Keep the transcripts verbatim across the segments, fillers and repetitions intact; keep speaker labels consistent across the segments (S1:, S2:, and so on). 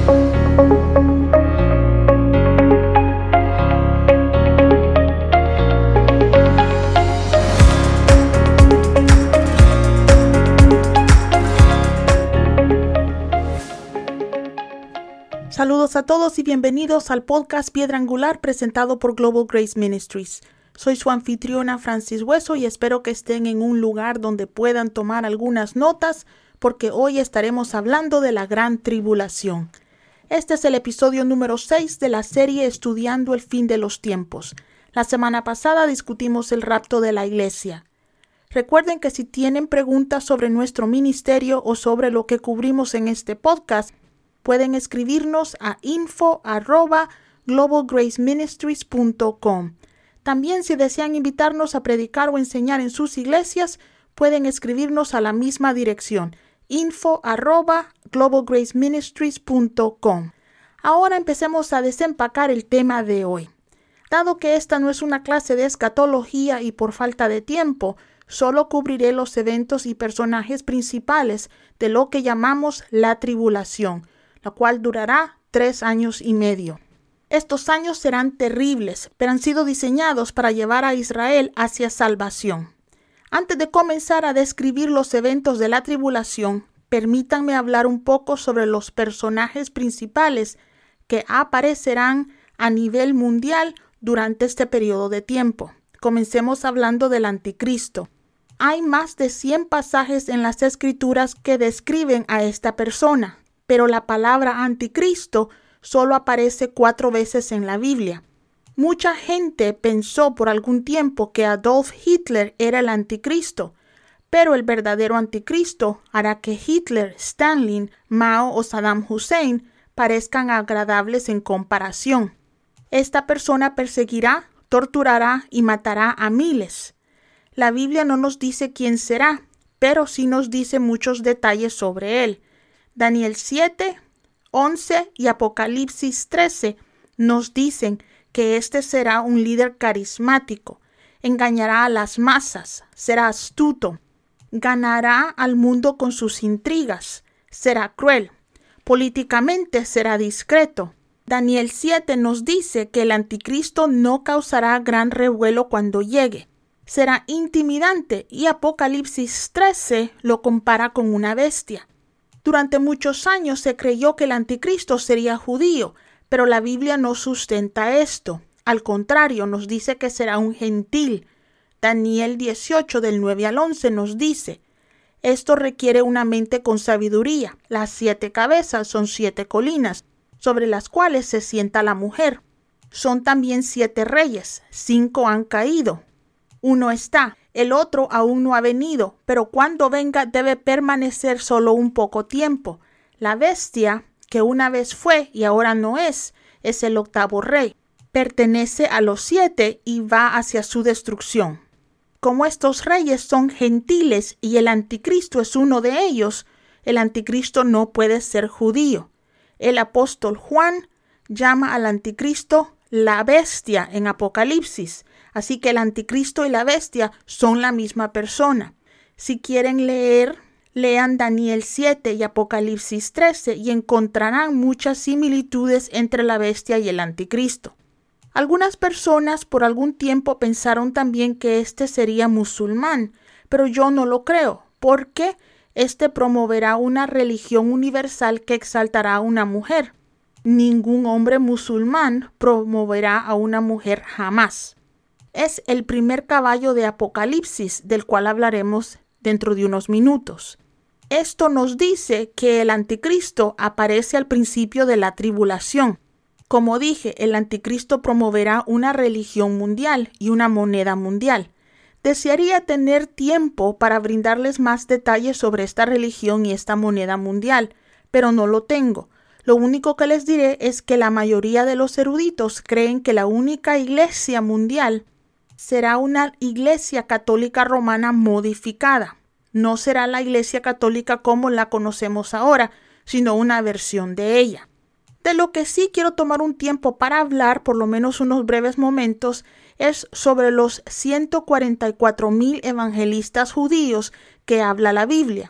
S1: Saludos a todos y bienvenidos al podcast Piedra Angular presentado por Global Grace Ministries. Soy su anfitriona Francis Hueso y espero que estén en un lugar donde puedan tomar algunas notas porque hoy estaremos hablando de la Gran Tribulación. Este es el episodio número seis de la serie Estudiando el Fin de los Tiempos. La semana pasada discutimos el rapto de la iglesia. Recuerden que si tienen preguntas sobre nuestro ministerio o sobre lo que cubrimos en este podcast, pueden escribirnos a info arroba global grace ministries punto com. También si desean invitarnos a predicar o enseñar en sus iglesias, pueden escribirnos a la misma dirección, info arroba global grace ministries punto com. Ahora empecemos a desempacar el tema de hoy. Dado que esta no es una clase de escatología y por falta de tiempo, solo cubriré los eventos y personajes principales de lo que llamamos la tribulación, la cual durará tres años y medio. Estos años serán terribles, pero han sido diseñados para llevar a Israel hacia salvación. Antes de comenzar a describir los eventos de la tribulación, permítanme hablar un poco sobre los personajes principales que aparecerán a nivel mundial durante este periodo de tiempo. Comencemos hablando del anticristo. Hay más de cien pasajes en las escrituras que describen a esta persona, pero la palabra anticristo solo aparece cuatro veces en la Biblia. Mucha gente pensó por algún tiempo que Adolf Hitler era el anticristo, pero el verdadero anticristo hará que Hitler, Stalin, Mao o Saddam Hussein parezcan agradables en comparación. Esta persona perseguirá, torturará y matará a miles. La Biblia no nos dice quién será, pero sí nos dice muchos detalles sobre él. Daniel siete, once y Apocalipsis trece nos dicen que este será un líder carismático, engañará a las masas, será astuto, ganará al mundo con sus intrigas, será cruel, políticamente será discreto. Daniel siete nos dice que el anticristo no causará gran revuelo cuando llegue, será intimidante y Apocalipsis trece lo compara con una bestia. Durante muchos años se creyó que el anticristo sería judío, pero la Biblia no sustenta esto. Al contrario, nos dice que será un gentil. Daniel dieciocho del nueve al once nos dice: esto requiere una mente con sabiduría. Las siete cabezas son siete colinas, sobre las cuales se sienta la mujer. Son también siete reyes, cinco han caído. Uno está, el otro aún no ha venido, pero cuando venga debe permanecer solo un poco tiempo. La bestia, que una vez fue y ahora no es, es el octavo rey. Pertenece a los siete y va hacia su destrucción. Como estos reyes son gentiles y el anticristo es uno de ellos, el anticristo no puede ser judío. El apóstol Juan llama al anticristo la bestia en Apocalipsis. Así que el anticristo y la bestia son la misma persona. Si quieren leer, lean Daniel siete y Apocalipsis trece y encontrarán muchas similitudes entre la bestia y el anticristo. Algunas personas por algún tiempo pensaron también que este sería musulmán, pero yo no lo creo, porque este promoverá una religión universal que exaltará a una mujer. Ningún hombre musulmán promoverá a una mujer jamás. Es el primer caballo de Apocalipsis, del cual hablaremos dentro de unos minutos. Esto nos dice que el anticristo aparece al principio de la tribulación. Como dije, el anticristo promoverá una religión mundial y una moneda mundial. Desearía tener tiempo para brindarles más detalles sobre esta religión y esta moneda mundial, pero no lo tengo. Lo único que les diré es que la mayoría de los eruditos creen que la única iglesia mundial será una iglesia católica romana modificada. No será la iglesia católica como la conocemos ahora, sino una versión de ella. De lo que sí quiero tomar un tiempo para hablar, por lo menos unos breves momentos, es sobre los ciento cuarenta y cuatro mil evangelistas judíos que habla la Biblia.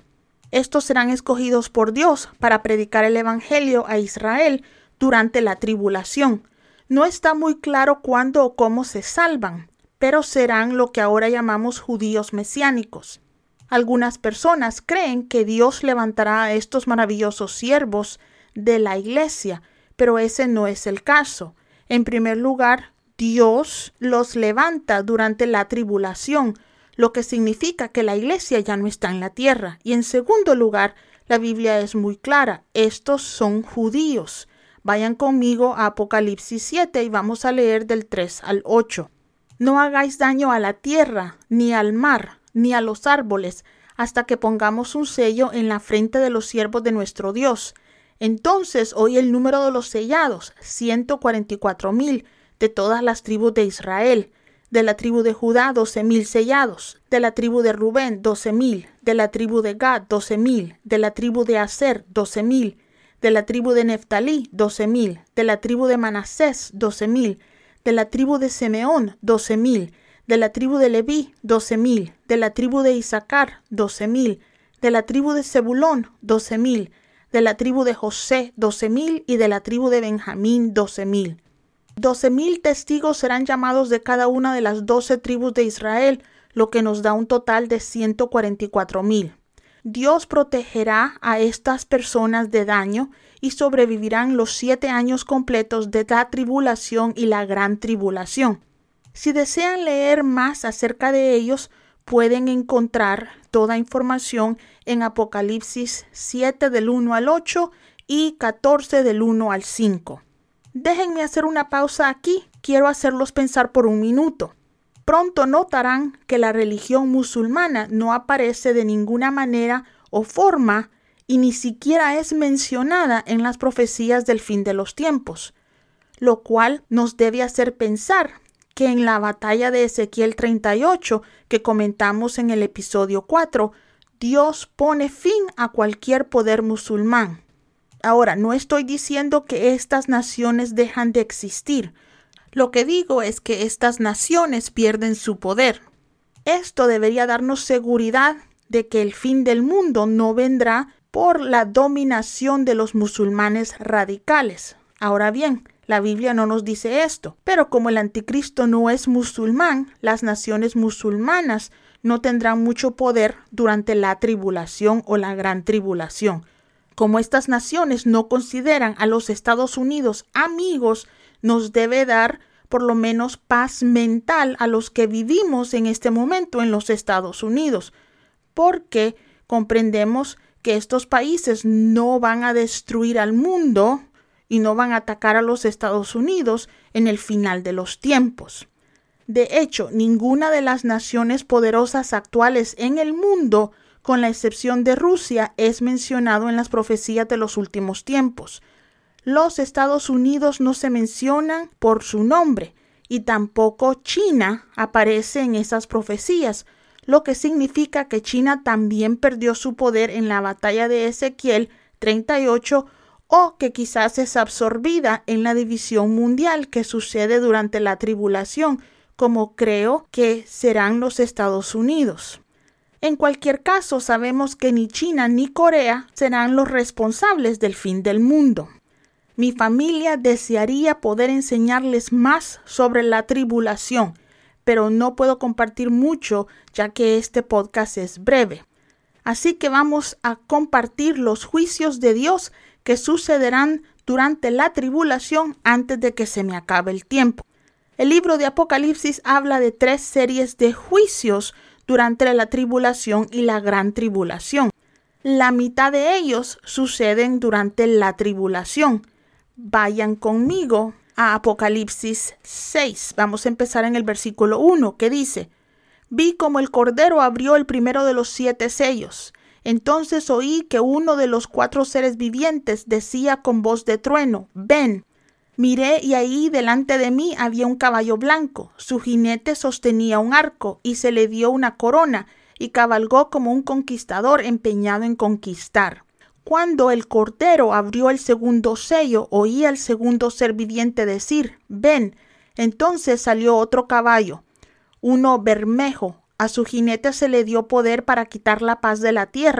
S1: Estos serán escogidos por Dios para predicar el evangelio a Israel durante la tribulación. No está muy claro cuándo o cómo se salvan, pero serán lo que ahora llamamos judíos mesiánicos. Algunas personas creen que Dios levantará a estos maravillosos siervos de la iglesia, pero ese no es el caso. En primer lugar, Dios los levanta durante la tribulación, lo que significa que la iglesia ya no está en la tierra. Y en segundo lugar, la Biblia es muy clara, estos son judíos. Vayan conmigo a Apocalipsis siete y vamos a leer del tres al ocho. No hagáis daño a la tierra, ni al mar, ni a los árboles, hasta que pongamos un sello en la frente de los siervos de nuestro Dios. Entonces oí el número de los sellados, ciento cuarenta y cuatro mil, de todas las tribus de Israel. De la tribu de Judá, doce mil sellados. De la tribu de Rubén, doce mil. De la tribu de Gad, doce mil. De la tribu de Aser, doce mil. De la tribu de Neftalí, doce mil. De la tribu de Manasés, doce mil. De la tribu de Simeón, doce mil. De la tribu de Leví, doce mil. De la tribu de Isaacar, doce mil. De la tribu de Zebulón, doce mil. De la tribu de José, doce mil. Y de la tribu de Benjamín, doce mil. Doce mil testigos serán llamados de cada una de las doce tribus de Israel, lo que nos da un total de ciento cuarenta y cuatro mil. Dios protegerá a estas personas de daño y sobrevivirán los siete años completos de la tribulación y la gran tribulación. Si desean leer más acerca de ellos, pueden encontrar toda información en Apocalipsis siete del uno al ocho y catorce del uno al cinco. Déjenme hacer una pausa aquí. Quiero hacerlos pensar por un minuto. Pronto notarán que la religión musulmana no aparece de ninguna manera o forma y ni siquiera es mencionada en las profecías del fin de los tiempos, lo cual nos debe hacer pensar que en la batalla de Ezequiel treinta y ocho que comentamos en el episodio cuatro, Dios pone fin a cualquier poder musulmán. Ahora, no estoy diciendo que estas naciones dejan de existir. Lo que digo es que estas naciones pierden su poder. Esto debería darnos seguridad de que el fin del mundo no vendrá por la dominación de los musulmanes radicales. Ahora bien, la Biblia no nos dice esto, pero como el anticristo no es musulmán, las naciones musulmanas no tendrán mucho poder durante la tribulación o la gran tribulación. Como estas naciones no consideran a los Estados Unidos amigos, nos debe dar por lo menos paz mental a los que vivimos en este momento en los Estados Unidos, porque comprendemos que estos países no van a destruir al mundo y no van a atacar a los Estados Unidos en el final de los tiempos. De hecho, ninguna de las naciones poderosas actuales en el mundo, con la excepción de Rusia, es mencionado en las profecías de los últimos tiempos. Los Estados Unidos no se mencionan por su nombre y tampoco China aparece en esas profecías, lo que significa que China también perdió su poder en la batalla de Ezequiel treinta y ocho o que quizás es absorbida en la división mundial que sucede durante la tribulación, como creo que serán los Estados Unidos. En cualquier caso, sabemos que ni China ni Corea serán los responsables del fin del mundo. Mi familia desearía poder enseñarles más sobre la tribulación, pero no puedo compartir mucho ya que este podcast es breve. Así que vamos a compartir los juicios de Dios que sucederán durante la tribulación antes de que se me acabe el tiempo. El libro de Apocalipsis habla de tres series de juicios durante la tribulación y la gran tribulación. La mitad de ellos suceden durante la tribulación. Vayan conmigo a Apocalipsis seis. Vamos a empezar en el versículo uno, que dice: Vi como el Cordero abrió el primero de los siete sellos. Entonces oí que uno de los cuatro seres vivientes decía con voz de trueno: Ven. Miré y ahí delante de mí había un caballo blanco. Su jinete sostenía un arco y se le dio una corona y cabalgó como un conquistador empeñado en conquistar. Cuando el Cordero abrió el segundo sello, oí al segundo ser viviente decir: Ven. Entonces salió otro caballo, uno bermejo. A su jinete se le dio poder para quitar la paz de la tierra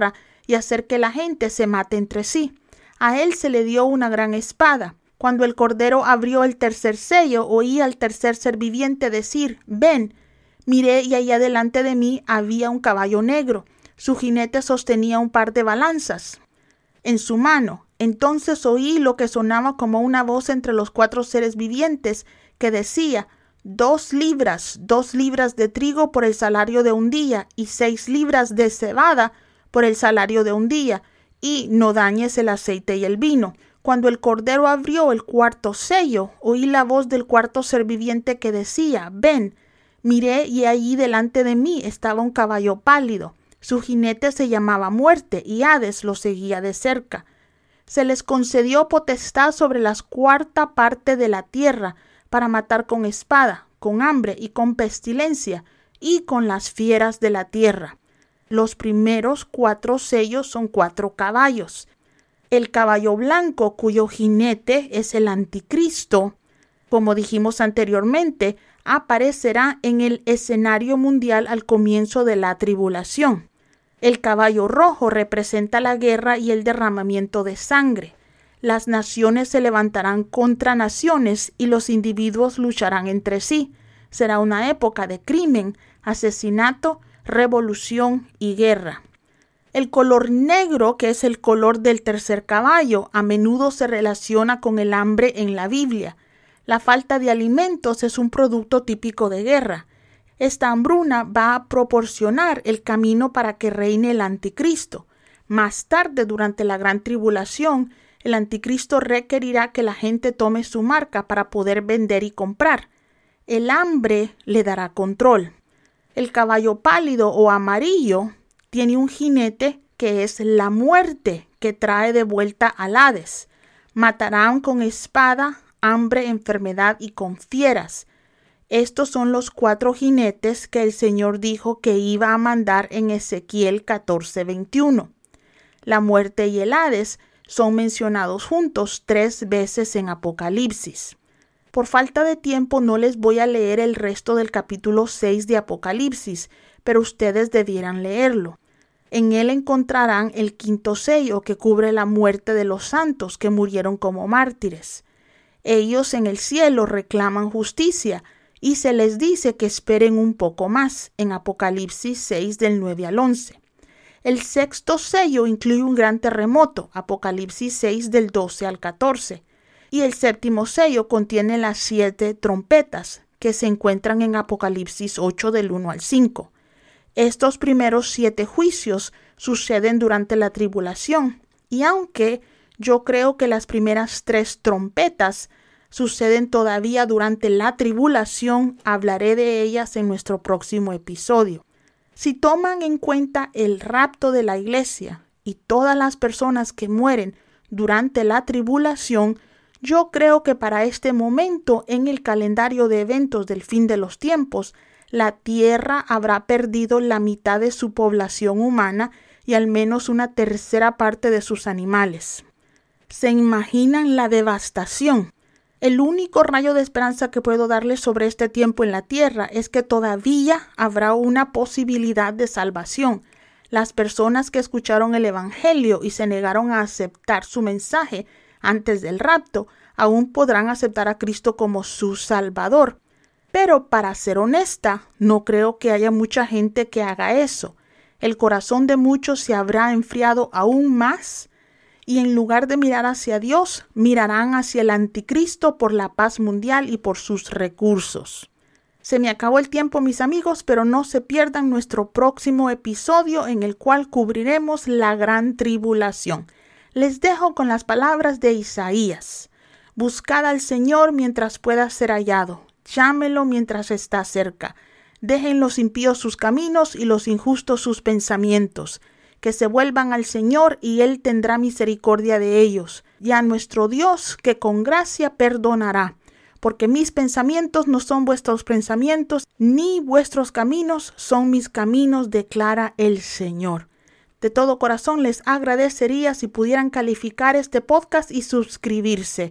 S1: y hacer que la gente se mate entre sí. A él se le dio una gran espada. Cuando el Cordero abrió el tercer sello, oí al tercer ser viviente decir: ven. Miré y allá delante de mí había un caballo negro. Su jinete sostenía un par de balanzas en su mano. Entonces oí lo que sonaba como una voz entre los cuatro seres vivientes que decía: dos libras, dos libras de trigo por el salario de un día, y seis libras de cebada por el salario de un día, y no dañes el aceite y el vino. Cuando el Cordero abrió el cuarto sello, oí la voz del cuarto ser viviente que decía: ven. Miré y allí delante de mí estaba un caballo pálido. Su jinete se llamaba Muerte y Hades lo seguía de cerca. Se les concedió potestad sobre la cuarta parte de la tierra para matar con espada, con hambre y con pestilencia y con las fieras de la tierra. Los primeros cuatro sellos son cuatro caballos. El caballo blanco, cuyo jinete es el anticristo, como dijimos anteriormente, aparecerá en el escenario mundial al comienzo de la tribulación. El caballo rojo representa la guerra y el derramamiento de sangre. Las naciones se levantarán contra naciones y los individuos lucharán entre sí. Será una época de crimen, asesinato, revolución y guerra. El color negro, que es el color del tercer caballo, a menudo se relaciona con el hambre en la Biblia. La falta de alimentos es un producto típico de guerra. Esta hambruna va a proporcionar el camino para que reine el anticristo. Más tarde, durante la gran tribulación, el anticristo requerirá que la gente tome su marca para poder vender y comprar. El hambre le dará control. El caballo pálido o amarillo tiene un jinete que es la muerte, que trae de vuelta al Hades. Matarán con espada, hambre, enfermedad y con fieras. Estos son los cuatro jinetes que el Señor dijo que iba a mandar en Ezequiel catorce veintiuno. La muerte y el Hades son mencionados juntos tres veces en Apocalipsis. Por falta de tiempo no les voy a leer el resto del capítulo seis de Apocalipsis, pero ustedes debieran leerlo. En él encontrarán el quinto sello que cubre la muerte de los santos que murieron como mártires. Ellos en el cielo reclaman justicia y se les dice que esperen un poco más en Apocalipsis seis del nueve al once. El sexto sello incluye un gran terremoto, Apocalipsis seis del doce al catorce. Y el séptimo sello contiene las siete trompetas que se encuentran en Apocalipsis ocho del uno al cinco. Estos primeros siete juicios suceden durante la tribulación, y aunque yo creo que las primeras tres trompetas suceden todavía durante la tribulación, hablaré de ellas en nuestro próximo episodio. Si toman en cuenta el rapto de la iglesia y todas las personas que mueren durante la tribulación, yo creo que para este momento en el calendario de eventos del fin de los tiempos, la tierra habrá perdido la mitad de su población humana y al menos una tercera parte de sus animales. ¿Se imaginan la devastación? El único rayo de esperanza que puedo darles sobre este tiempo en la tierra es que todavía habrá una posibilidad de salvación. Las personas que escucharon el evangelio y se negaron a aceptar su mensaje antes del rapto, aún podrán aceptar a Cristo como su Salvador. Pero para ser honesta, no creo que haya mucha gente que haga eso. El corazón de muchos se habrá enfriado aún más y en lugar de mirar hacia Dios, mirarán hacia el anticristo por la paz mundial y por sus recursos. Se me acabó el tiempo, mis amigos, pero no se pierdan nuestro próximo episodio en el cual cubriremos la gran tribulación. Les dejo con las palabras de Isaías. Buscad al Señor mientras pueda ser hallado. Llámelo mientras está cerca. Dejen los impíos sus caminos y los injustos sus pensamientos. Que se vuelvan al Señor y Él tendrá misericordia de ellos. Y a nuestro Dios que con gracia perdonará. Porque mis pensamientos no son vuestros pensamientos, ni vuestros caminos son mis caminos, declara el Señor. De todo corazón les agradecería si pudieran calificar este podcast y suscribirse.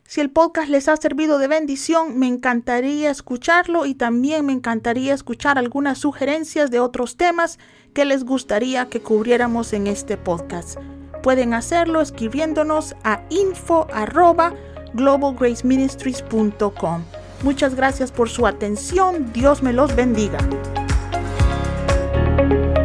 S1: Si el podcast les ha servido de bendición, me encantaría escucharlo y también me encantaría escuchar algunas sugerencias de otros temas que les gustaría que cubriéramos en este podcast. Pueden hacerlo escribiéndonos a info arroba global grace ministries punto com. Muchas gracias por su atención. Dios me los bendiga.